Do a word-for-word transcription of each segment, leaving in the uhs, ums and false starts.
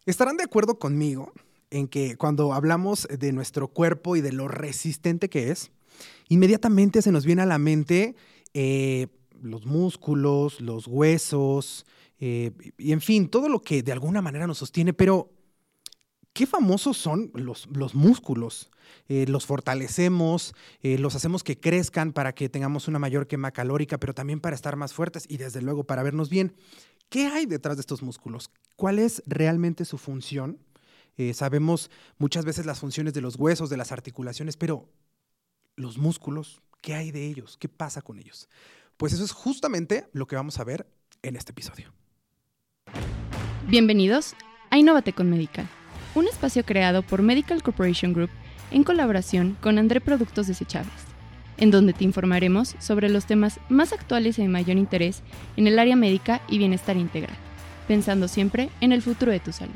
Estarán de acuerdo conmigo en que cuando hablamos de nuestro cuerpo y de lo resistente que es, inmediatamente se nos viene a la mente eh, los músculos, los huesos, eh, y en fin, todo lo que de alguna manera nos sostiene, pero qué famosos son los, los músculos. Eh, los fortalecemos, eh, los hacemos que crezcan para que tengamos una mayor quema calórica, pero también para estar más fuertes y desde luego para vernos bien. ¿Qué hay detrás de estos músculos? ¿Cuál es realmente su función? Eh, sabemos muchas veces las funciones de los huesos, de las articulaciones, pero los músculos, ¿qué hay de ellos? ¿Qué pasa con ellos? Pues eso es justamente lo que vamos a ver en este episodio. Bienvenidos a Innóvate con Medical, un espacio creado por Medical Corporation Group en colaboración con André Productos Desechables, en donde te informaremos sobre los temas más actuales y de mayor interés en el área médica y bienestar integral, pensando siempre en el futuro de tu salud.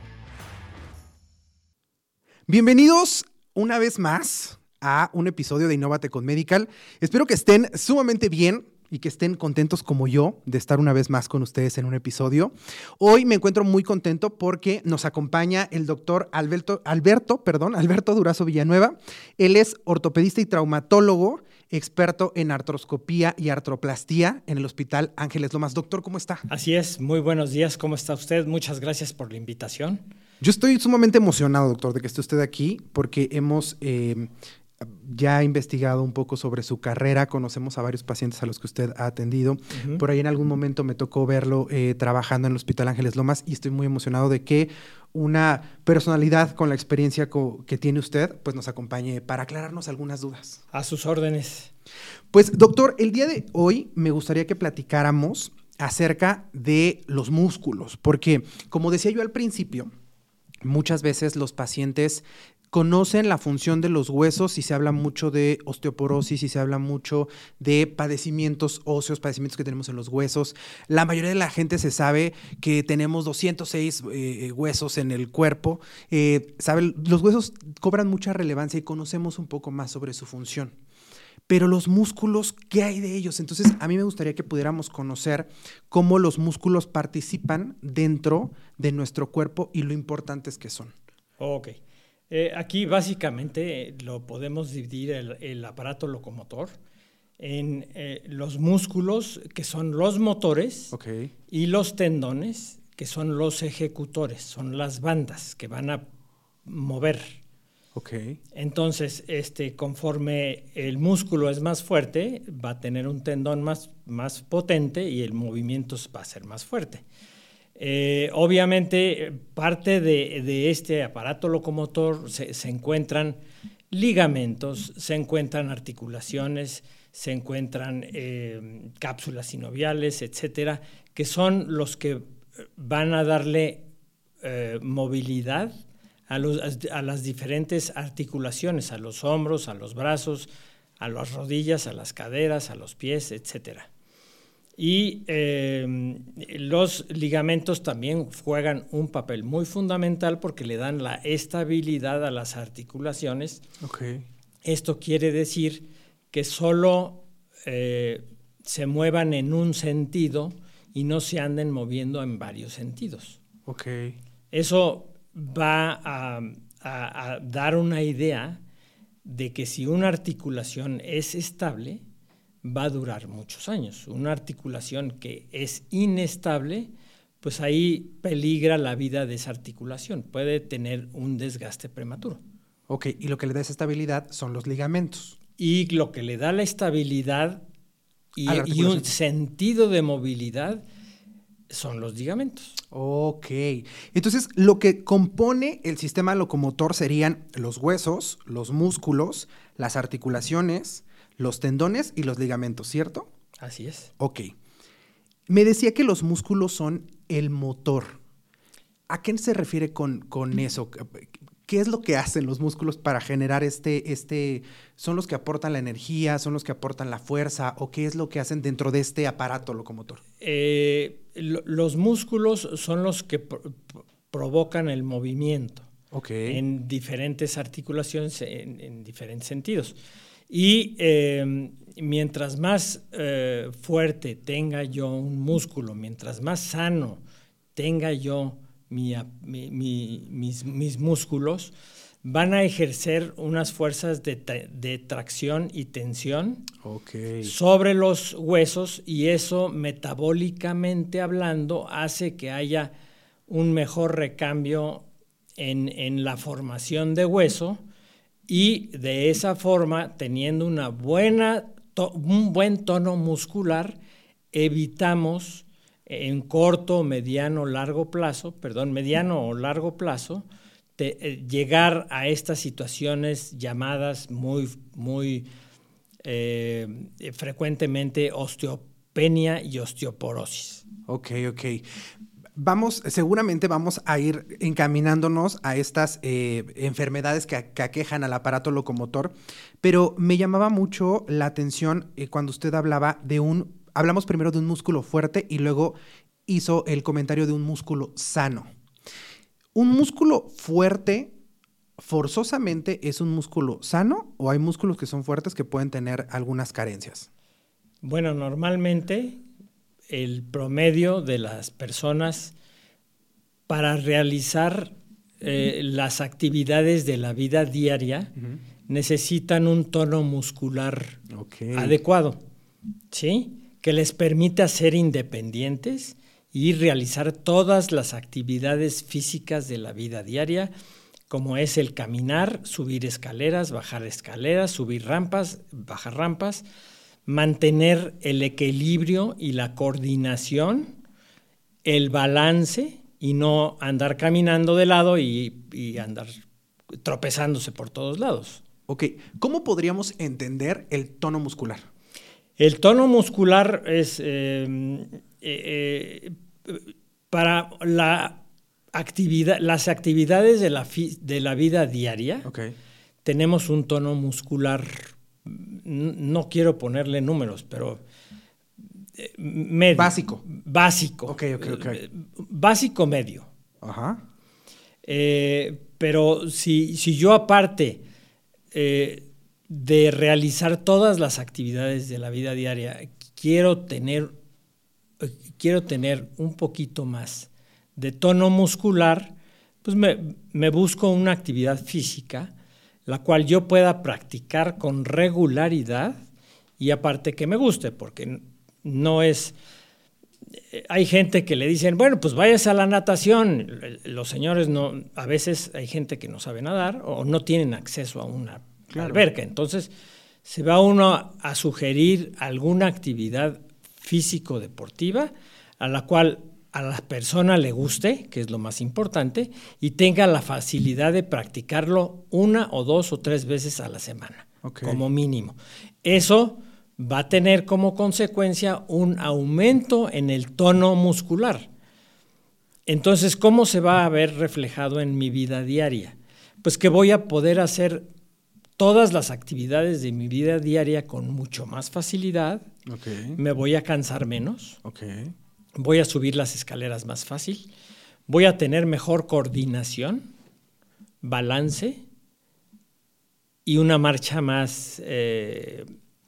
Bienvenidos una vez más a un episodio de Innóvate con Medical. Espero que estén sumamente bien y que estén contentos como yo de estar una vez más con ustedes en un episodio. Hoy me encuentro muy contento porque nos acompaña el doctor Alberto, Alberto, perdón, Alberto Durazo Villanueva. Él es ortopedista y traumatólogo, experto en artroscopía y artroplastía en el Hospital Ángeles Lomas. Doctor, ¿cómo está? Así es, muy buenos días, ¿cómo está usted? Muchas gracias por la invitación. Yo estoy sumamente emocionado, doctor, de que esté usted aquí porque hemos eh, ya investigado un poco sobre su carrera, conocemos a varios pacientes a los que usted ha atendido. Uh-huh. Por ahí en algún momento me tocó verlo eh, trabajando en el Hospital Ángeles Lomas y estoy muy emocionado de que una personalidad con la experiencia co- que tiene usted pues nos acompañe para aclararnos algunas dudas. A sus órdenes. Pues, doctor, el día de hoy me gustaría que platicáramos acerca de los músculos, porque como decía yo al principio, muchas veces los pacientes conocen la función de los huesos y se habla mucho de osteoporosis y se habla mucho de padecimientos óseos, padecimientos que tenemos en los huesos. La mayoría de la gente se sabe que tenemos doscientos seis eh, huesos en el cuerpo. Eh, sabe, los huesos cobran mucha relevancia y conocemos un poco más sobre su función. Pero los músculos, ¿qué hay de ellos? Entonces, a mí me gustaría que pudiéramos conocer cómo los músculos participan dentro de nuestro cuerpo y lo importantes que son. Ok. Eh, aquí básicamente eh, lo podemos dividir el, el aparato locomotor en eh, los músculos, que son los motores, okay, y los tendones, que son los ejecutores, son las bandas que van a mover. Okay. Entonces, este, conforme el músculo es más fuerte, va a tener un tendón más, más potente y el movimiento va a ser más fuerte. Eh, obviamente, parte de, de este aparato locomotor se, se encuentran ligamentos, se encuentran articulaciones, se encuentran eh, cápsulas sinoviales, etcétera, que son los que van a darle eh, movilidad A, los, a las diferentes articulaciones, a los hombros, a los brazos, a las rodillas, a las caderas, a los pies, etcétera. Y eh, los ligamentos también juegan un papel muy fundamental porque le dan la estabilidad a las articulaciones. Okay. Esto quiere decir que solo eh, se muevan en un sentido y no se anden moviendo en varios sentidos. Okay. Eso va a, a, a dar una idea de que si una articulación es estable, va a durar muchos años. Una articulación que es inestable, pues ahí peligra la vida de esa articulación. Puede tener un desgaste prematuro. Ok, y lo que le da esa estabilidad son los ligamentos. Y lo que le da la estabilidad y, y un sentido de movilidad son los ligamentos. Ok. Entonces, lo que compone el sistema locomotor serían los huesos, los músculos, las articulaciones, los tendones y los ligamentos, ¿cierto? Así es. Ok. Me decía que los músculos son el motor. ¿A qué se refiere con, con eso? ¿Qué es lo que hacen los músculos para generar este, este... ¿Son los que aportan la energía? ¿Son los que aportan la fuerza? ¿O qué es lo que hacen dentro de este aparato locomotor? Eh, lo, los músculos son los que pro, provocan el movimiento. Okay. En diferentes articulaciones, en, en diferentes sentidos. Y eh, mientras más eh, fuerte tenga yo un músculo, mientras más sano tenga yo mi, mi, mi, mis, mis músculos, van a ejercer unas fuerzas de, de tracción y tensión okay. sobre los huesos, y eso metabólicamente hablando hace que haya un mejor recambio en, en la formación de hueso, y de esa forma, teniendo una buena, to, un buen tono muscular, evitamos en corto, mediano, largo plazo, perdón, mediano o largo plazo, de, eh, llegar a estas situaciones llamadas muy, muy eh, frecuentemente osteopenia y osteoporosis. Ok, ok. Vamos, seguramente vamos a ir encaminándonos a estas eh, enfermedades que, que aquejan al aparato locomotor, pero me llamaba mucho la atención eh, cuando usted hablaba de un, hablamos primero de un músculo fuerte y luego hizo el comentario de un músculo sano. ¿Un músculo fuerte forzosamente es un músculo sano o hay músculos que son fuertes que pueden tener algunas carencias? Bueno, normalmente el promedio de las personas para realizar eh, las actividades de la vida diaria uh-huh. necesitan un tono muscular okay. adecuado, ¿sí? Que les permita ser independientes y realizar todas las actividades físicas de la vida diaria, como es el caminar, subir escaleras, bajar escaleras, subir rampas, bajar rampas, mantener el equilibrio y la coordinación, el balance y no andar caminando de lado y, y andar tropezándose por todos lados. Ok, ¿cómo podríamos entender el tono muscular? El tono muscular es eh, eh, para la actividad, las actividades de la, fi, de la vida diaria. Okay. Tenemos un tono muscular. No quiero ponerle números, pero medio. Básico. Básico. Ok, ok, ok. Básico medio. Ajá. Eh, pero si, si yo aparte eh, de realizar todas las actividades de la vida diaria, quiero tener, quiero tener un poquito más de tono muscular, pues me, me busco una actividad física la cual yo pueda practicar con regularidad y aparte que me guste, porque no es... Hay gente que le dicen, bueno, pues vayas a la natación. Los señores no, a veces hay gente que no sabe nadar o no tienen acceso a una claro. alberca. Entonces, se va uno a, a sugerir alguna actividad físico-deportiva a la cual a la persona le guste, que es lo más importante, y tenga la facilidad de practicarlo una o dos o tres veces a la semana, okay. como mínimo. Eso va a tener como consecuencia un aumento en el tono muscular. Entonces, ¿cómo se va a ver reflejado en mi vida diaria? Pues que voy a poder hacer todas las actividades de mi vida diaria con mucho más facilidad, okay. me voy a cansar menos, okay. voy a subir las escaleras más fácil, voy a tener mejor coordinación, balance y una marcha más eh,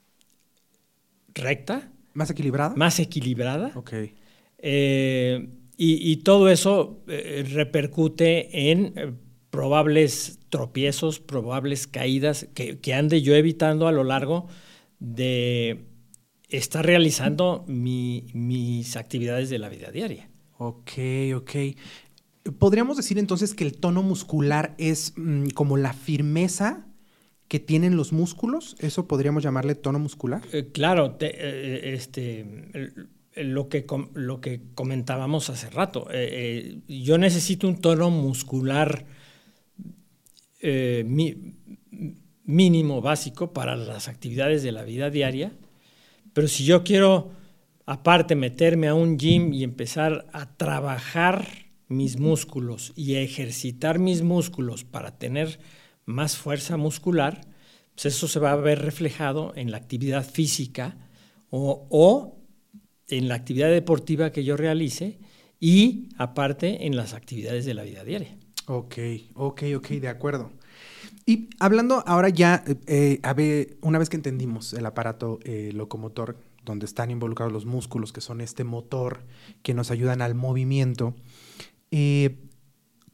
recta. ¿Más equilibrada? Más equilibrada. Okay. Eh, y, y todo eso eh, repercute en eh, probables tropiezos, probables caídas que, que ande yo evitando a lo largo de estar realizando mi, mis actividades de la vida diaria. Ok, ok. ¿Podríamos decir entonces que el tono muscular es mmm, como la firmeza que tienen los músculos? ¿Eso podríamos llamarle tono muscular? Eh, claro, te, eh, este, lo, que com, lo que comentábamos hace rato. Eh, eh, yo necesito un tono muscular eh, mi, mínimo, básico para las actividades de la vida diaria. Pero si yo quiero, aparte, meterme a un gym y empezar a trabajar mis músculos y a ejercitar mis músculos para tener más fuerza muscular, pues eso se va a ver reflejado en la actividad física o, o en la actividad deportiva que yo realice y, aparte, en las actividades de la vida diaria. Ok, ok, ok, de acuerdo. Y hablando ahora ya, eh, a ver, una vez que entendimos el aparato eh, locomotor, donde están involucrados los músculos, que son este motor que nos ayudan al movimiento, eh,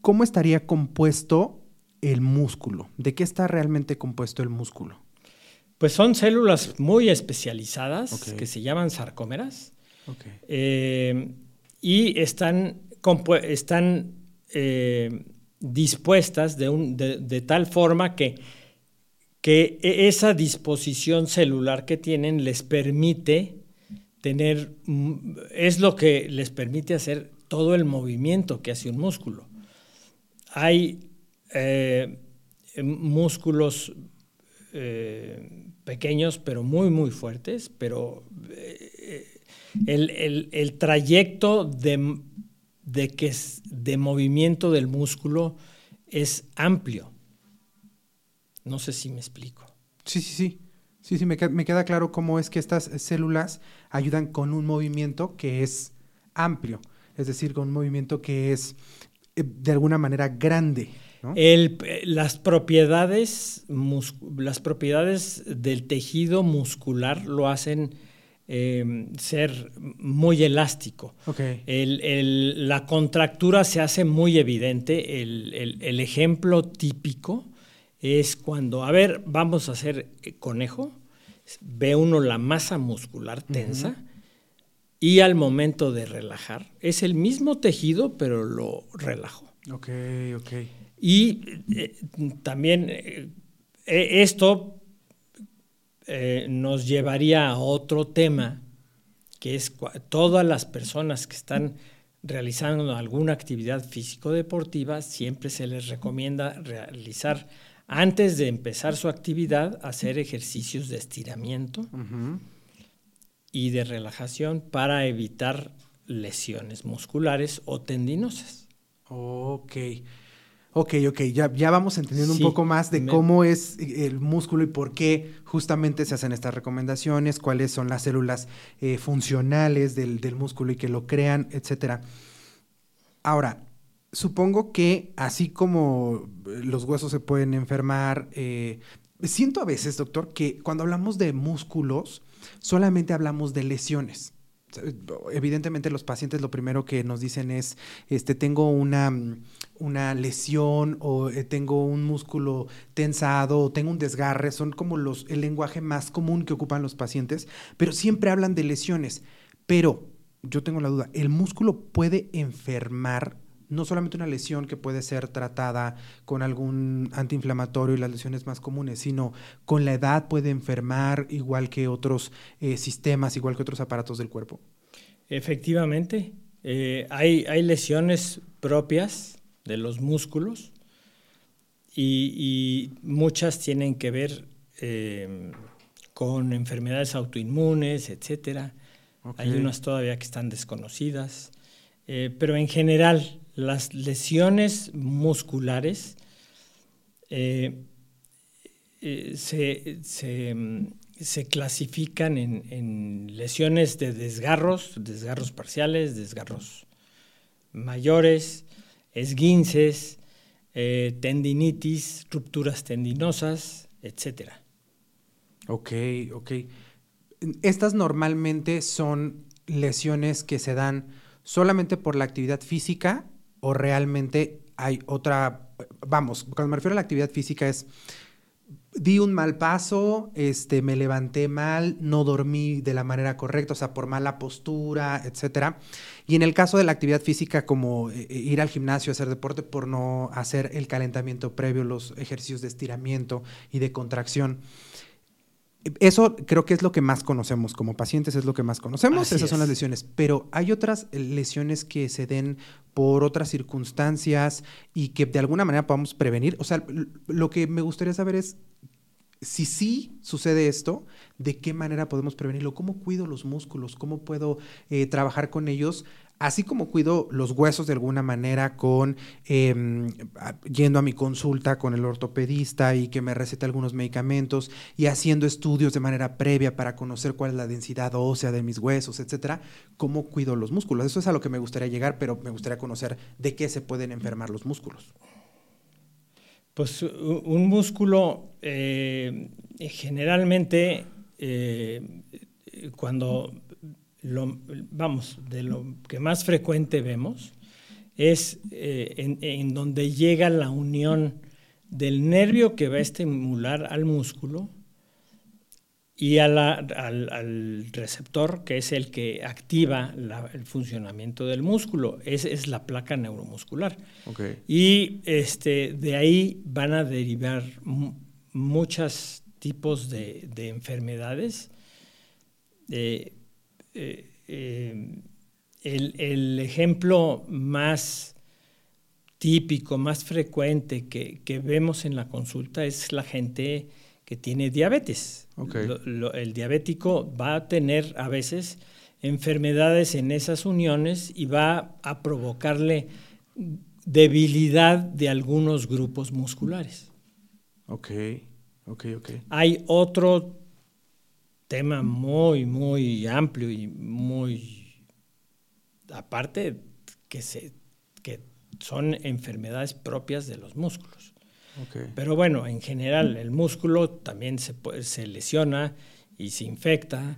¿cómo estaría compuesto el músculo? ¿De qué está realmente compuesto el músculo? Pues son células muy especializadas, okay, que se llaman sarcómeras, okay, eh, y están, están eh, dispuestas de, un, de, de tal forma que, que esa disposición celular que tienen les permite tener, es lo que les permite hacer todo el movimiento que hace un músculo. Hay eh, músculos eh, pequeños, pero muy, muy fuertes, pero eh, el, el, el trayecto de, de, que es, de movimiento del músculo es amplio. No sé si me explico. Sí, sí, sí. Sí, sí, me queda, me queda claro cómo es que estas células ayudan con un movimiento que es amplio, es decir, con un movimiento que es eh, de alguna manera grande, ¿no? El, las, propiedades, las propiedades del tejido muscular lo hacen eh, ser muy elástico. Okay. El, el, la contractura se hace muy evidente. El, el, el ejemplo típico es cuando, a ver, vamos a hacer conejo, ve uno la masa muscular tensa, uh-huh, y al momento de relajar, es el mismo tejido, pero lo relajo. Ok, ok. Y eh, también eh, esto eh, nos llevaría a otro tema, que es todas las personas que están realizando alguna actividad físico-deportiva, siempre se les recomienda realizar, antes de empezar su actividad, hacer ejercicios de estiramiento, uh-huh, y de relajación para evitar lesiones musculares o tendinosas. Ok, ok, ok, ya, ya vamos entendiendo sí, un poco más de me... cómo es el músculo y por qué justamente se hacen estas recomendaciones, cuáles son las células eh, funcionales del, del músculo y que lo crean, etcétera. Ahora, supongo que así como los huesos se pueden enfermar, eh, siento a veces, doctor, que cuando hablamos de músculos, solamente hablamos de lesiones. Evidentemente los pacientes lo primero que nos dicen es, este, tengo una, una lesión o eh, tengo un músculo tensado o tengo un desgarre, son como los, el lenguaje más común que ocupan los pacientes, pero siempre hablan de lesiones. Pero yo tengo la duda, ¿el músculo puede enfermar? No solamente una lesión que puede ser tratada con algún antiinflamatorio y las lesiones más comunes, sino con la edad puede enfermar igual que otros eh, sistemas, igual que otros aparatos del cuerpo. Efectivamente, eh, hay, hay lesiones propias de los músculos y, y muchas tienen que ver eh, con enfermedades autoinmunes, etcétera. Okay. Hay unas todavía que están desconocidas, eh, pero en general las lesiones musculares eh, eh, se, se, se clasifican en, en lesiones de desgarros, desgarros parciales, desgarros mayores, esguinces, eh, tendinitis, rupturas tendinosas, etcétera. Ok, ok. Estas normalmente son lesiones que se dan solamente por la actividad física o realmente hay otra, vamos, cuando me refiero a la actividad física es, di un mal paso, este, me levanté mal, no dormí de la manera correcta, o sea, por mala postura, etcétera. Y en el caso de la actividad física, como eh, ir al gimnasio, hacer deporte, por no hacer el calentamiento previo, los ejercicios de estiramiento y de contracción. Eso creo que es lo que más conocemos como pacientes, es lo que más conocemos, Así esas es. son las lesiones, pero hay otras lesiones que se den por otras circunstancias y que de alguna manera podamos prevenir. O sea, lo que me gustaría saber es si sí sucede esto, ¿de qué manera podemos prevenirlo? ¿Cómo cuido los músculos? ¿Cómo puedo eh, trabajar con ellos? Así como cuido los huesos de alguna manera con eh, yendo a mi consulta con el ortopedista y que me recete algunos medicamentos y haciendo estudios de manera previa para conocer cuál es la densidad ósea de mis huesos, etcétera. ¿Cómo cuido los músculos? Eso es a lo que me gustaría llegar, pero me gustaría conocer de qué se pueden enfermar los músculos. Pues un músculo eh, generalmente eh, cuando... Lo, vamos, de lo que más frecuente vemos es eh, en, en donde llega la unión del nervio que va a estimular al músculo y a la, al, al receptor, que es el que activa la, el funcionamiento del músculo. Esa es la placa neuromuscular. Okay. Y este, de ahí van a derivar m- muchos tipos de, de enfermedades. Eh, eh, eh, el, el ejemplo más típico, más frecuente que, que vemos en la consulta es la gente que tiene diabetes. Okay. Lo, lo, el diabético va a tener a veces enfermedades en esas uniones y va a provocarle debilidad de algunos grupos musculares. Ok, ok, ok. Hay otro tema muy, muy amplio y muy aparte que, se, que son enfermedades propias de los músculos. Okay. Pero bueno, en general el músculo también se, se lesiona y se infecta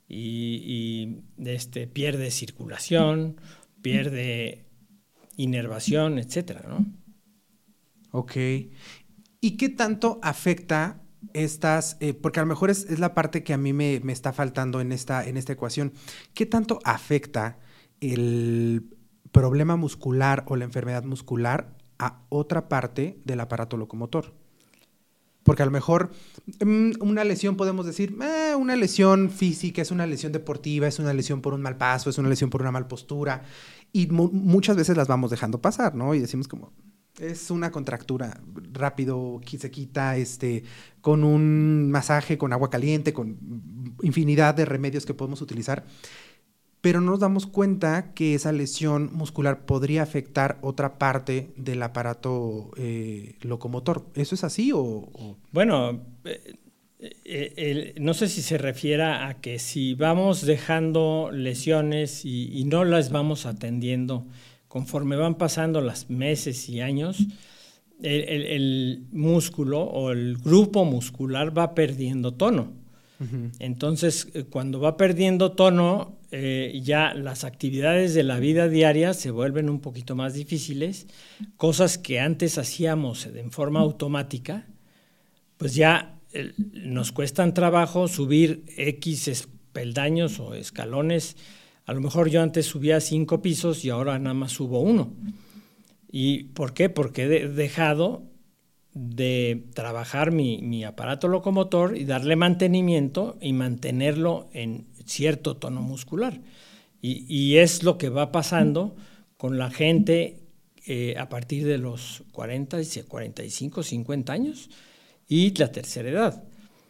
y, y este, pierde circulación, pierde inervación, etcétera, ¿no? Ok. ¿Y qué tanto afecta estas, eh, porque a lo mejor es, es la parte que a mí me, me está faltando en esta, en esta ecuación, qué tanto afecta el problema muscular o la enfermedad muscular a otra parte del aparato locomotor? Porque a lo mejor mmm, una lesión podemos decir, eh, una lesión física, es una lesión deportiva, es una lesión por un mal paso, es una lesión por una mal postura, y mu- muchas veces las vamos dejando pasar, ¿no? Y decimos como, es una contractura, rápido, se quita este, con un masaje, con agua caliente, con infinidad de remedios que podemos utilizar. Pero no nos damos cuenta que esa lesión muscular podría afectar otra parte del aparato eh, locomotor. ¿Eso es así o...? o? Bueno, eh, eh, el, no sé si se refiera a que si vamos dejando lesiones y, y no las vamos atendiendo conforme van pasando los meses y años, el, el, el músculo o el grupo muscular va perdiendo tono. Uh-huh. Entonces, cuando va perdiendo tono, eh, ya las actividades de la vida diaria se vuelven un poquito más difíciles. Cosas que antes hacíamos en forma automática, pues ya eh, nos cuestan trabajo subir X peldaños o escalones. A lo mejor yo antes subía cinco pisos y ahora nada más subo uno. ¿Y por qué? Porque he dejado de trabajar mi, mi aparato locomotor y darle mantenimiento y mantenerlo en cierto tono muscular. Y, y es lo que va pasando con la gente eh, a partir de los cuarenta, cuarenta y cinco, cincuenta años y la tercera edad.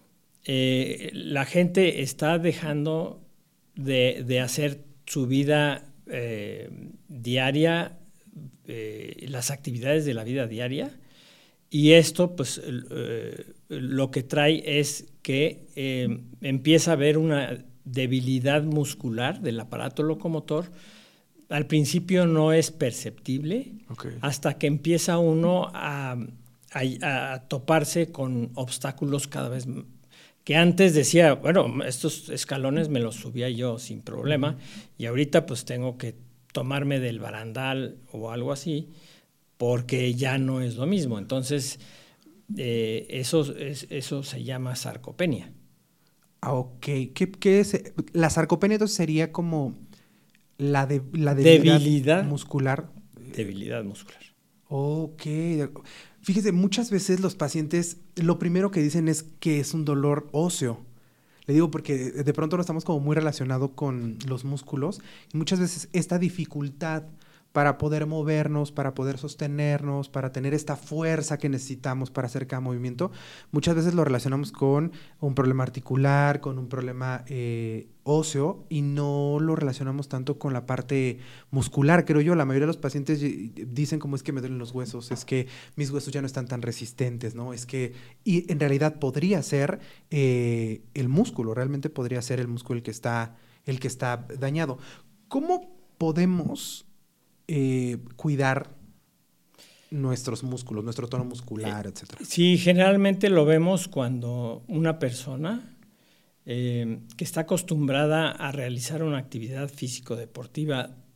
Eh, la gente está dejando de, de hacer su vida eh, diaria, eh, las actividades de la vida diaria. Y esto, pues, eh, lo que trae es que eh, empieza a haber una debilidad muscular del aparato locomotor. Al principio no es perceptible, okay, hasta que empieza uno a, a, a toparse con obstáculos cada vez más. Que antes decía, bueno, estos escalones me los subía yo sin problema, uh-huh, y ahorita pues tengo que tomarme del barandal o algo así, porque ya no es lo mismo. Entonces, eh, eso, es, eso se llama sarcopenia. Ah, ok. ¿Qué, qué es? La sarcopenia entonces sería como la, de, la debilidad, debilidad muscular. Debilidad muscular. Ok. Fíjese, muchas veces los pacientes lo primero que dicen es que es un dolor óseo. Le digo porque de pronto no estamos como muy relacionados con los músculos y muchas veces esta dificultad para poder movernos, para poder sostenernos, para tener esta fuerza que necesitamos para hacer cada movimiento, muchas veces lo relacionamos con un problema articular, con un problema eh, óseo y no lo relacionamos tanto con la parte muscular. Creo yo, la mayoría de los pacientes dicen como es que me duelen los huesos, es que mis huesos ya no están tan resistentes, ¿no? Es que, y en realidad podría ser eh, el músculo, realmente podría ser el músculo el que está, el que está dañado. ¿Cómo podemos Eh, cuidar nuestros músculos, nuestro tono muscular, etcétera? Sí, generalmente lo vemos cuando una persona eh, que está acostumbrada a realizar una actividad físico-deportiva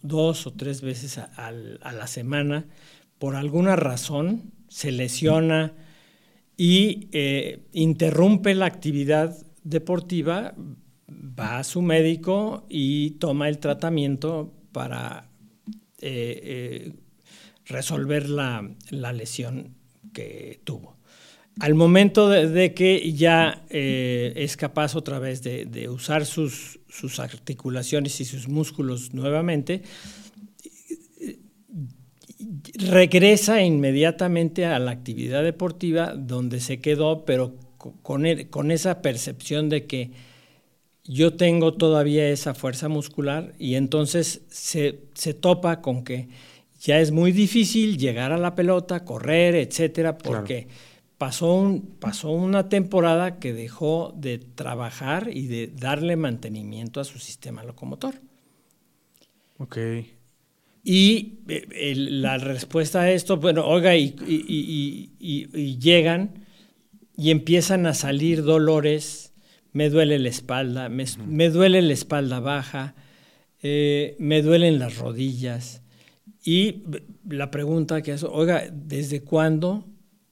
dos o tres veces a, a, a la semana, por alguna razón se lesiona y eh, interrumpe la actividad deportiva, va a su médico y toma el tratamiento para eh, eh, resolver la, la lesión que tuvo. Al momento de, de que ya eh, es capaz otra vez de, de usar sus, sus articulaciones y sus músculos nuevamente, regresa inmediatamente a la actividad deportiva donde se quedó, pero con, el, con esa percepción de que yo tengo todavía esa fuerza muscular, y entonces se, se topa con que ya es muy difícil llegar a la pelota, correr, etcétera, porque claro. pasó, un, pasó una temporada que dejó de trabajar y de darle mantenimiento a su sistema locomotor. Ok. Y el, la respuesta a esto, bueno, oiga, y, y, y, y, y llegan y empiezan a salir dolores, me duele la espalda, me, uh-huh. me duele la espalda baja, eh, me duelen las rodillas. Y la pregunta que hace, oiga, ¿desde cuándo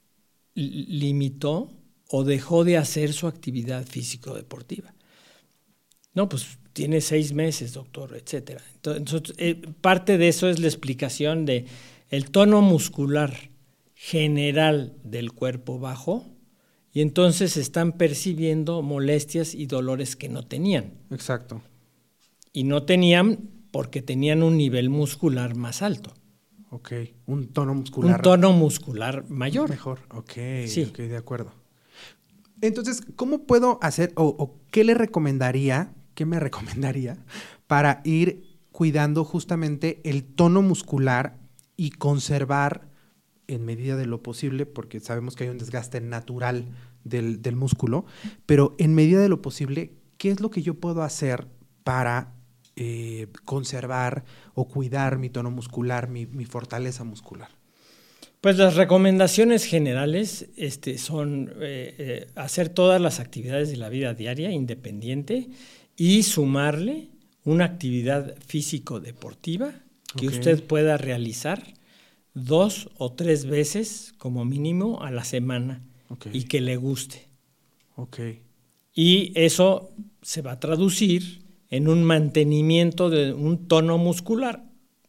limitó o dejó de hacer su actividad físico-deportiva? No, pues tiene seis meses, doctor, etcétera. Entonces, eh, parte de eso es la explicación de el tono muscular general del cuerpo bajó y entonces están percibiendo molestias y dolores que no tenían. Exacto. Y no tenían porque tenían un nivel muscular más alto. Ok, un tono muscular. Un tono muscular mayor. Mejor, ok, sí. ok, de acuerdo. Entonces, ¿cómo puedo hacer o, o qué le recomendaría, qué me recomendaría para ir cuidando justamente el tono muscular y conservar en medida de lo posible, porque sabemos que hay un desgaste natural del, del músculo, pero en medida de lo posible, ¿qué es lo que yo puedo hacer para eh, conservar o cuidar mi tono muscular, mi, mi fortaleza muscular? Pues las recomendaciones generales este, son eh, eh, hacer todas las actividades de la vida diaria independiente y sumarle una actividad físico-deportiva que okay. usted pueda realizar dos o tres veces como mínimo a la semana okay. y que le guste. Okay. Y eso se va a traducir en un mantenimiento de un tono muscular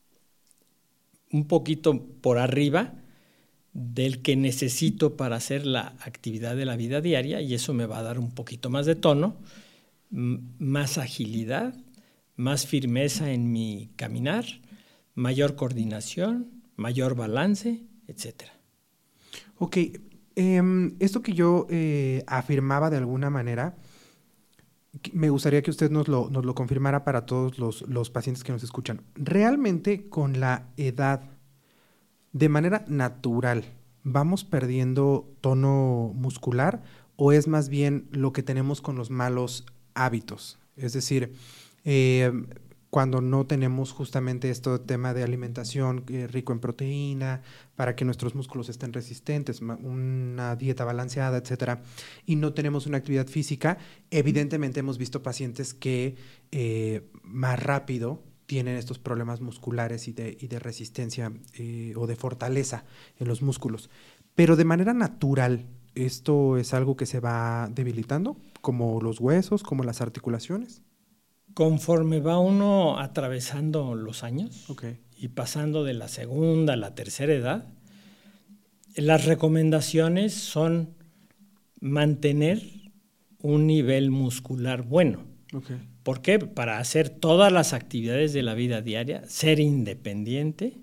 un poquito por arriba del que necesito para hacer la actividad de la vida diaria, y eso me va a dar un poquito más de tono, m- más agilidad, más firmeza en mi caminar, mayor coordinación, mayor balance, etcétera. Ok, eh, esto que yo eh, afirmaba de alguna manera, me gustaría que usted nos lo, nos lo confirmara para todos los, los pacientes que nos escuchan. ¿Realmente con la edad, de manera natural, vamos perdiendo tono muscular o es más bien lo que tenemos con los malos hábitos? Es decir, eh, cuando no tenemos justamente este tema de alimentación eh, rico en proteína para que nuestros músculos estén resistentes, una dieta balanceada, etcétera, y no tenemos una actividad física, evidentemente hemos visto pacientes que eh, más rápido tienen estos problemas musculares y de, y de resistencia eh, o de fortaleza en los músculos. Pero de manera natural, ¿esto es algo que se va debilitando? ¿Como los huesos, como las articulaciones? Conforme va uno atravesando los años okay. y pasando de la segunda a la tercera edad, las recomendaciones son mantener un nivel muscular bueno. Okay. ¿Por qué? Para hacer todas las actividades de la vida diaria, ser independiente,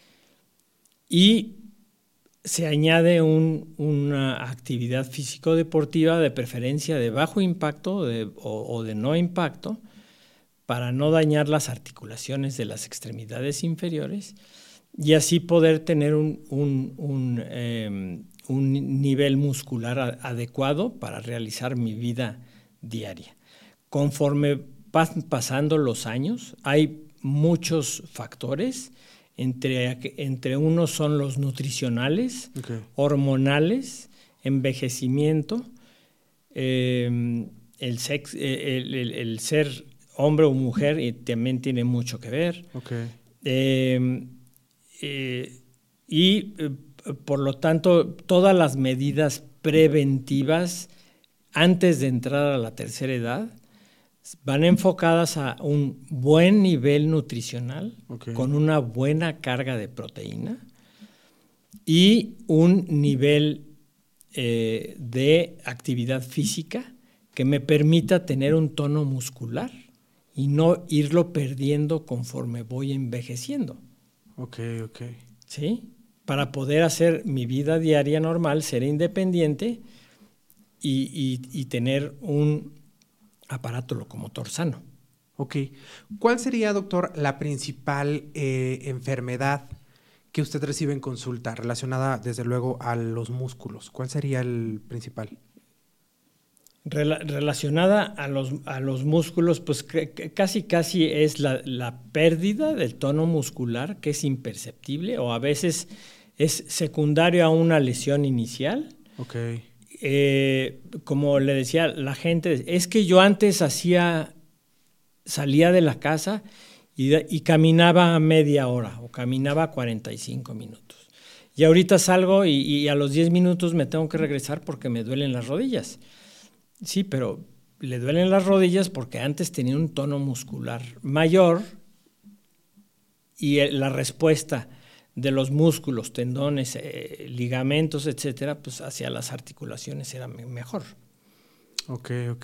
y se añade un, una actividad físico-deportiva de preferencia de bajo impacto de, o, o de no impacto, para no dañar las articulaciones de las extremidades inferiores y así poder tener un, un, un, eh, un nivel muscular a, adecuado para realizar mi vida diaria. Conforme van pasando los años, hay muchos factores, entre, entre unos son los nutricionales, okay. hormonales, envejecimiento, eh, el, sex, el, el, el ser hombre o mujer y también tiene mucho que ver. Okay. Eh, eh, y eh, por lo tanto, todas las medidas preventivas antes de entrar a la tercera edad van enfocadas a un buen nivel nutricional, okay, con una buena carga de proteína y un nivel eh, de actividad física que me permita tener un tono muscular y no irlo perdiendo conforme voy envejeciendo. Ok, ok. ¿Sí? Para poder hacer mi vida diaria normal, ser independiente y, y, y tener un aparato locomotor sano. Ok. ¿Cuál sería, doctor, la principal eh, enfermedad que usted recibe en consulta relacionada, desde luego, a los músculos? ¿Cuál sería el principal? Rel- relacionada a los, a los músculos, pues que, que casi casi es la, la pérdida del tono muscular, que es imperceptible, o a veces es secundario a una lesión inicial. Ok. Eh, como le decía la gente, es que yo antes hacía, salía de la casa y, y caminaba a media hora o caminaba a cuarenta y cinco minutos. Y ahorita salgo y, y a los diez minutos me tengo que regresar porque me duelen las rodillas. Sí, pero le duelen las rodillas porque antes tenía un tono muscular mayor y la respuesta de los músculos, tendones, eh, ligamentos, etcétera, pues hacia las articulaciones era mejor. Ok, ok.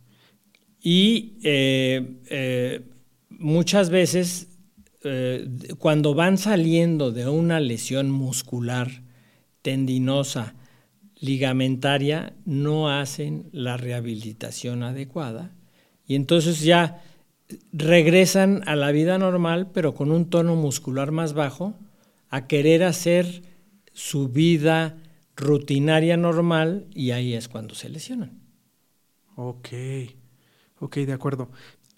Y eh, eh, muchas veces eh, cuando van saliendo de una lesión muscular, tendinosa, ligamentaria, no hacen la rehabilitación adecuada y entonces ya regresan a la vida normal, pero con un tono muscular más bajo, a querer hacer su vida rutinaria normal y ahí es cuando se lesionan. Ok, ok, de acuerdo.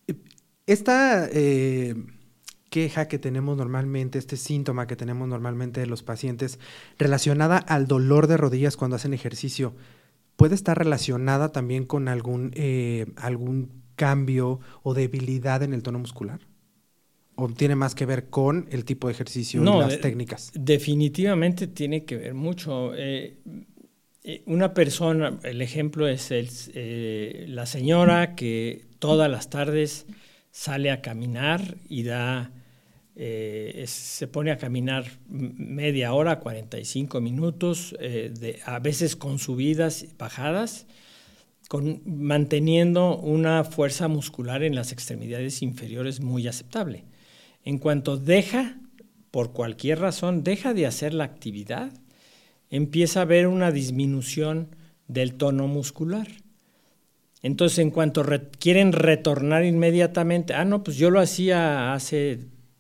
Esta eh, queja que tenemos normalmente, este síntoma que tenemos normalmente de los pacientes relacionada al dolor de rodillas cuando hacen ejercicio, ¿puede estar relacionada también con algún, eh, algún cambio o debilidad en el tono muscular? ¿O tiene más que ver con el tipo de ejercicio no, y las de, técnicas? Definitivamente tiene que ver mucho. Eh, una persona, el ejemplo es el, eh, la señora que todas las tardes sale a caminar y da, eh, es, se pone a caminar media hora, cuarenta y cinco minutos, eh, de, a veces con subidas y bajadas, con, manteniendo una fuerza muscular en las extremidades inferiores muy aceptable. En cuanto deja, por cualquier razón, deja de hacer la actividad, empieza a haber una disminución del tono muscular. Entonces, en cuanto re- quieren retornar inmediatamente, ah, no, pues yo lo hacía hace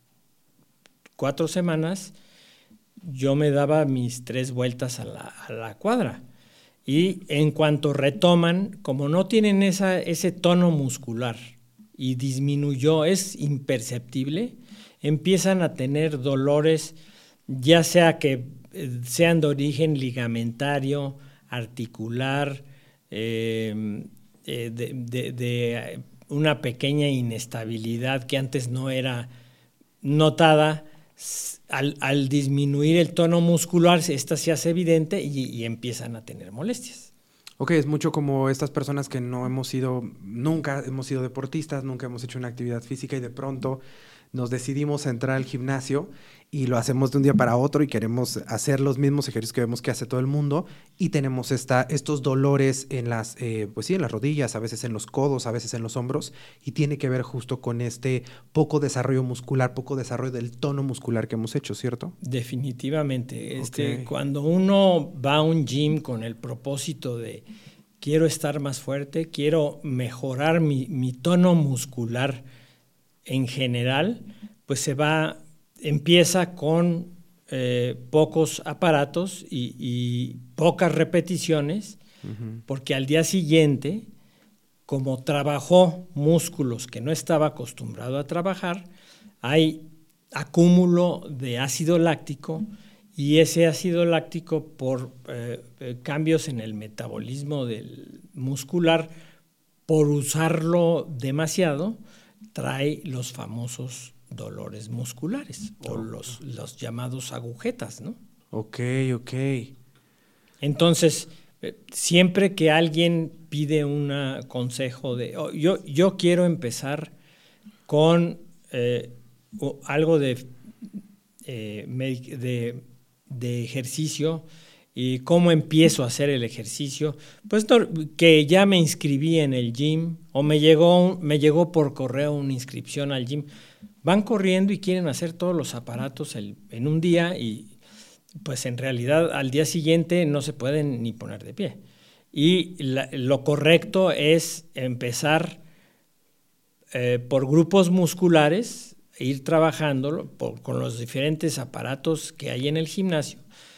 cuatro semanas, yo me daba mis tres vueltas a la, a la cuadra. Y en cuanto retoman, como no tienen esa, ese tono muscular y disminuyó, es imperceptible, empiezan a tener dolores, ya sea que sean de origen ligamentario, articular, eh, eh, de, de, de una pequeña inestabilidad que antes no era notada. Al, al disminuir el tono muscular, esta se hace evidente y, y empiezan a tener molestias. Ok, es mucho como estas personas que no hemos sido, nunca hemos sido deportistas, nunca hemos hecho una actividad física y de pronto nos decidimos a entrar al gimnasio y lo hacemos de un día para otro y queremos hacer los mismos ejercicios que vemos que hace todo el mundo y tenemos esta, estos dolores en las, eh, pues sí, en las rodillas, a veces en los codos, a veces en los hombros y tiene que ver justo con este poco desarrollo muscular, poco desarrollo del tono muscular que hemos hecho, ¿cierto? Definitivamente. Este, Okay. Cuando uno va a un gym con el propósito de quiero estar más fuerte, quiero mejorar mi, mi tono muscular en general, pues se va, empieza con eh, pocos aparatos y, y pocas repeticiones, uh-huh. Porque al día siguiente, como trabajó músculos que no estaba acostumbrado a trabajar, hay acúmulo de ácido láctico y ese ácido láctico por eh, eh, cambios en el metabolismo del muscular, por usarlo demasiado, trae los famosos dolores musculares o los, los llamados agujetas, ¿no? Ok, ok. Entonces, siempre que alguien pide un consejo de, oh, yo, yo quiero empezar con eh, algo de, eh, de, de ejercicio y cómo empiezo a hacer el ejercicio, pues que ya me inscribí en el gym o me llegó, me llegó por correo una inscripción al gym. Van corriendo y quieren hacer todos los aparatos el, en un día y pues en realidad al día siguiente no se pueden ni poner de pie. Y la, lo correcto es empezar eh, por grupos musculares, ir trabajándolo por, con los diferentes aparatos que hay en el gimnasio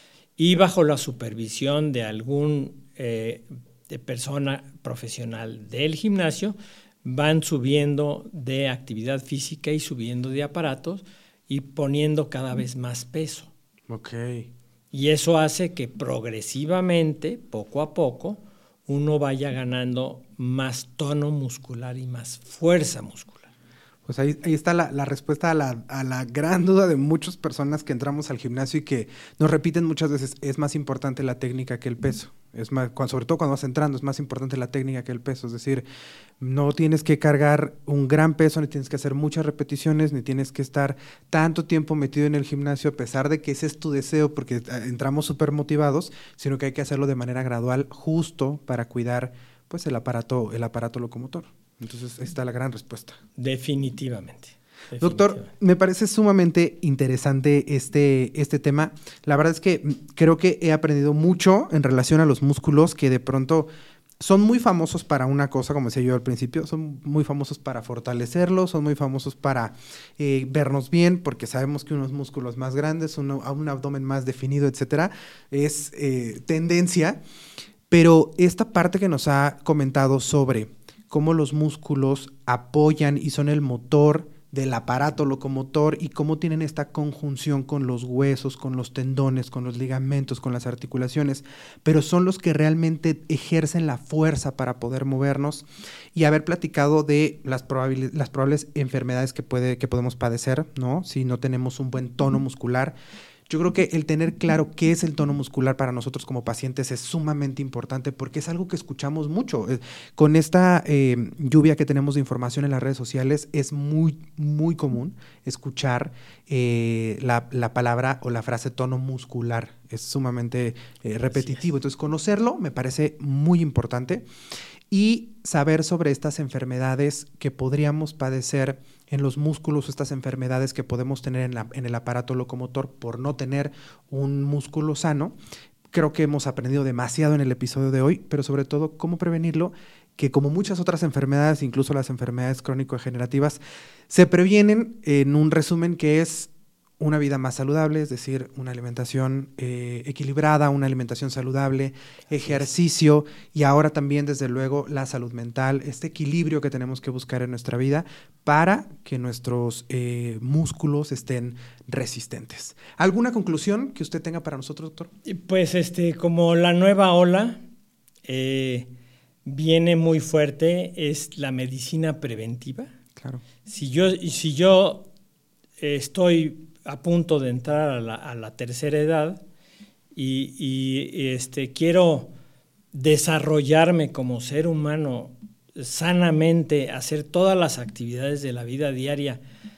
y bajo la supervisión de algún eh, de persona profesional del gimnasio, van subiendo de actividad física y subiendo de aparatos y poniendo cada vez más peso. Okay. Y eso hace que progresivamente, poco a poco, uno vaya ganando más tono muscular y más fuerza muscular. Pues ahí, ahí está la, la respuesta a la, a la gran duda de muchas personas que entramos al gimnasio y que nos repiten muchas veces, es más importante la técnica que el peso. Es más, cuando, sobre todo cuando vas entrando, es más importante la técnica que el peso. Es decir, no tienes que cargar un gran peso, ni tienes que hacer muchas repeticiones, ni tienes que estar tanto tiempo metido en el gimnasio, a pesar de que ese es tu deseo, porque entramos súper motivados, sino que hay que hacerlo de manera gradual, justo para cuidar pues, el aparato, el aparato locomotor. Entonces, ahí está la gran respuesta. Definitivamente. Definitivamente. Doctor, me parece sumamente interesante este, este tema. La verdad es que creo que he aprendido mucho en relación a los músculos que de pronto son muy famosos para una cosa, como decía yo al principio, son muy famosos para fortalecerlos, son muy famosos para eh, vernos bien, porque sabemos que unos músculos más grandes, uno, un abdomen más definido, etcétera, es eh, tendencia. Pero esta parte que nos ha comentado sobre cómo los músculos apoyan y son el motor del aparato locomotor y cómo tienen esta conjunción con los huesos, con los tendones, con los ligamentos, con las articulaciones, pero son los que realmente ejercen la fuerza para poder movernos, y haber platicado de las, probabil- las probables enfermedades que, puede, que podemos padecer, ¿no? Si no tenemos un buen tono muscular. Yo creo que el tener claro qué es el tono muscular para nosotros como pacientes es sumamente importante porque es algo que escuchamos mucho. Eh, con esta eh, lluvia que tenemos de información en las redes sociales es muy, muy común escuchar eh, la, la palabra o la frase tono muscular. Es sumamente eh, repetitivo. Entonces, conocerlo me parece muy importante y saber sobre estas enfermedades que podríamos padecer en los músculos, estas enfermedades que podemos tener en, la, en el aparato locomotor por no tener un músculo sano. Creo que hemos aprendido demasiado en el episodio de hoy, pero sobre todo cómo prevenirlo, que como muchas otras enfermedades, incluso las enfermedades crónico-degenerativas, se previenen en un resumen que es una vida más saludable, es decir, una alimentación eh, equilibrada, una alimentación saludable, ejercicio y ahora también, desde luego, la salud mental, este equilibrio que tenemos que buscar en nuestra vida para que nuestros eh, músculos estén resistentes. ¿Alguna conclusión que usted tenga para nosotros, doctor? Pues este, como la nueva ola eh, viene muy fuerte, es la medicina preventiva. Claro. Si yo, si yo estoy a punto de entrar a la, a la tercera edad y, y este, quiero desarrollarme como ser humano sanamente, hacer todas las actividades de la vida diaria,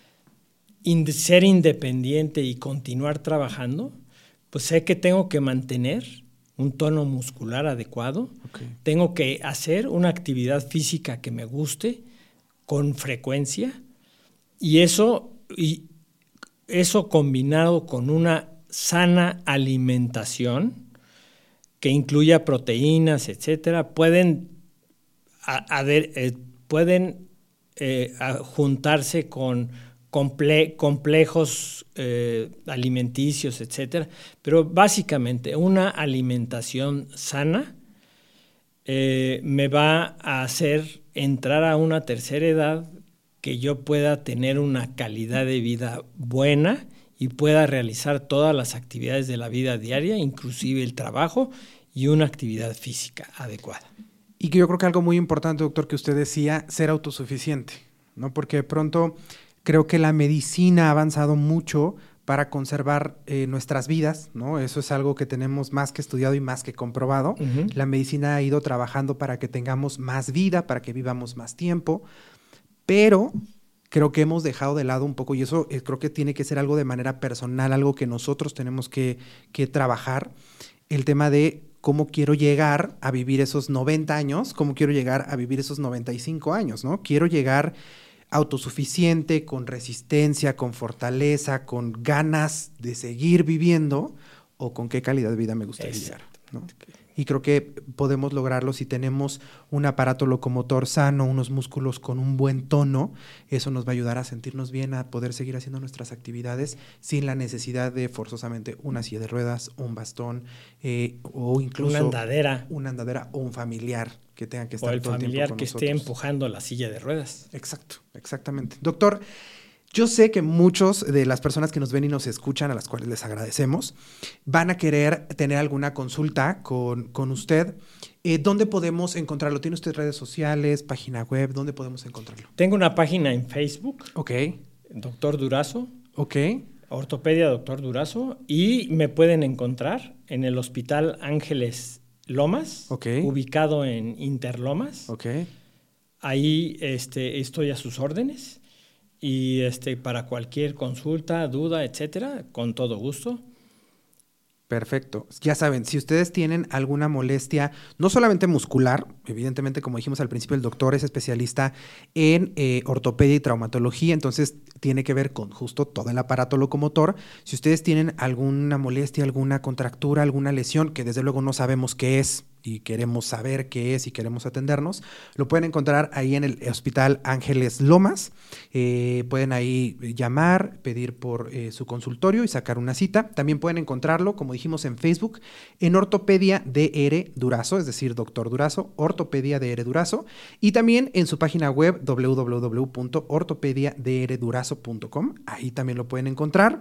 in, ser independiente y continuar trabajando, pues sé que tengo que mantener un tono muscular adecuado, okay. Tengo que hacer una actividad física que me guste con frecuencia y eso... Y, Eso combinado con una sana alimentación que incluya proteínas, etcétera, pueden, a, a ver, eh, pueden eh, a juntarse con comple complejos eh, alimenticios, etcétera. Pero básicamente una alimentación sana eh, me va a hacer entrar a una tercera edad que yo pueda tener una calidad de vida buena y pueda realizar todas las actividades de la vida diaria, inclusive el trabajo y una actividad física adecuada. Y que yo creo que algo muy importante, doctor, que usted decía, ser autosuficiente, ¿no? Porque de pronto creo que la medicina ha avanzado mucho para conservar eh, nuestras vidas, ¿no? Eso es algo que tenemos más que estudiado y más que comprobado. Uh-huh. La medicina ha ido trabajando para que tengamos más vida, para que vivamos más tiempo, pero creo que hemos dejado de lado un poco, y eso eh, creo que tiene que ser algo de manera personal, algo que nosotros tenemos que, que trabajar, el tema de cómo quiero llegar a vivir esos noventa años, cómo quiero llegar a vivir esos noventa y cinco años, ¿no? Quiero llegar autosuficiente, con resistencia, con fortaleza, con ganas de seguir viviendo, o con qué calidad de vida me gustaría llegar, ¿no? Y creo que podemos lograrlo si tenemos un aparato locomotor sano, unos músculos con un buen tono. Eso nos va a ayudar a sentirnos bien, a poder seguir haciendo nuestras actividades sin la necesidad de forzosamente una silla de ruedas, un bastón, eh, o incluso una andadera. Una andadera o un familiar que tenga que estar o el todo el familiar tiempo con que nosotros. esté empujando la silla de ruedas. Exacto, exactamente. Doctor, yo sé que muchos de las personas que nos ven y nos escuchan, a las cuales les agradecemos, van a querer tener alguna consulta con, con usted. Eh, ¿Dónde podemos encontrarlo? ¿Tiene usted redes sociales, página web? ¿Dónde podemos encontrarlo? Tengo una página en Facebook. Ok. Doctor Durazo. Ok. Ortopedia Doctor Durazo. Y me pueden encontrar en el Hospital Ángeles Lomas, okay. ubicado en Interlomas. Okay. Ahí este, estoy a sus órdenes y este, para cualquier consulta, duda, etcétera, con todo gusto. Perfecto. Ya saben, si ustedes tienen alguna molestia, no solamente muscular, evidentemente, como dijimos al principio, el doctor es especialista en eh, ortopedia y traumatología, entonces tiene que ver con justo todo el aparato locomotor. Si ustedes tienen alguna molestia, alguna contractura, alguna lesión, que desde luego no sabemos qué es y queremos saber qué es y queremos atendernos, lo pueden encontrar ahí en el Hospital Ángeles Lomas. Eh, pueden ahí llamar, pedir por eh, su consultorio y sacar una cita. También pueden encontrarlo, como dijimos, en Facebook, en Ortopedia D R Durazo, es decir, Doctor Durazo, Ortopedia D R Durazo, y también en su página web doble u doble u doble u punto ortopedia d r durazo punto com. Ahí también lo pueden encontrar.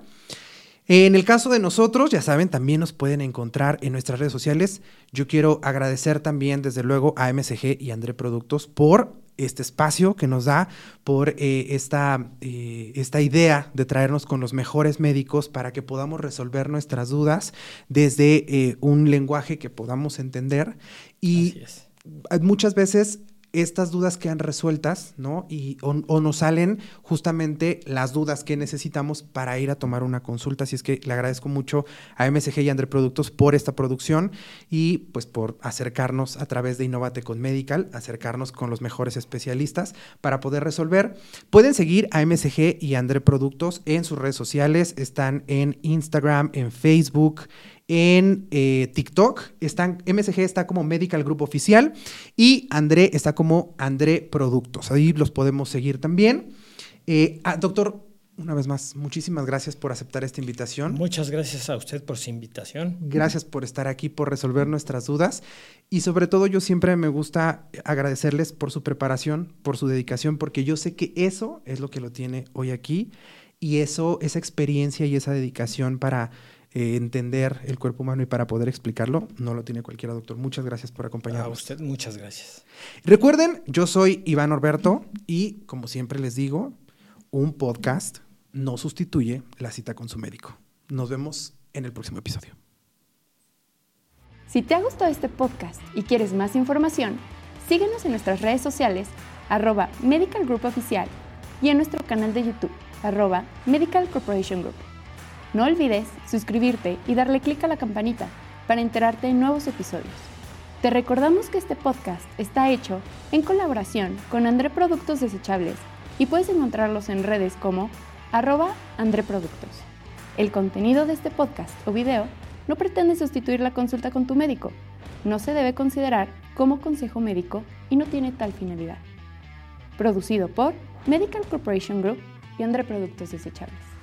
En el caso de nosotros, ya saben, también nos pueden encontrar en nuestras redes sociales. Yo quiero agradecer también, desde luego, a M S G y André Productos por este espacio que nos da, por eh, esta, eh, esta idea de traernos con los mejores médicos para que podamos resolver nuestras dudas desde eh, un lenguaje que podamos entender. Y Así es. Muchas veces estas dudas quedan resueltas, ¿no? Y, o, o nos salen justamente las dudas que necesitamos para ir a tomar una consulta. Así es que le agradezco mucho a M S G y André Productos por esta producción y pues por acercarnos a través de Innovate con Medical, acercarnos con los mejores especialistas para poder resolver. Pueden seguir a M S G y André Productos en sus redes sociales. Están en Instagram, en Facebook, en eh, TikTok. Están, M S G está como Medical Group Oficial y André está como André Productos. Ahí los podemos seguir también. Eh, ah, doctor, una vez más, muchísimas gracias por aceptar esta invitación. Muchas gracias a usted por su invitación. Gracias por estar aquí, por resolver nuestras dudas y sobre todo yo siempre me gusta agradecerles por su preparación, por su dedicación, porque yo sé que eso es lo que lo tiene hoy aquí y eso, esa experiencia y esa dedicación para Eh, entender el cuerpo humano y para poder explicarlo, no lo tiene cualquiera, doctor. Muchas gracias por acompañarnos. A usted, muchas gracias. Recuerden, yo soy Iván Orberto y, como siempre les digo, un podcast no sustituye la cita con su médico. Nos vemos en el próximo episodio. Si te ha gustado este podcast y quieres más información, síguenos en nuestras redes sociales, arroba Medical Group Oficial, y en nuestro canal de YouTube, arroba Medical Corporation Group. No olvides suscribirte y darle clic a la campanita para enterarte de nuevos episodios. Te recordamos que este podcast está hecho en colaboración con André Productos Desechables y puedes encontrarlos en redes como arroba André Productos. El contenido de este podcast o video no pretende sustituir la consulta con tu médico. No se debe considerar como consejo médico y no tiene tal finalidad. Producido por Medical Corporation Group y André Productos Desechables.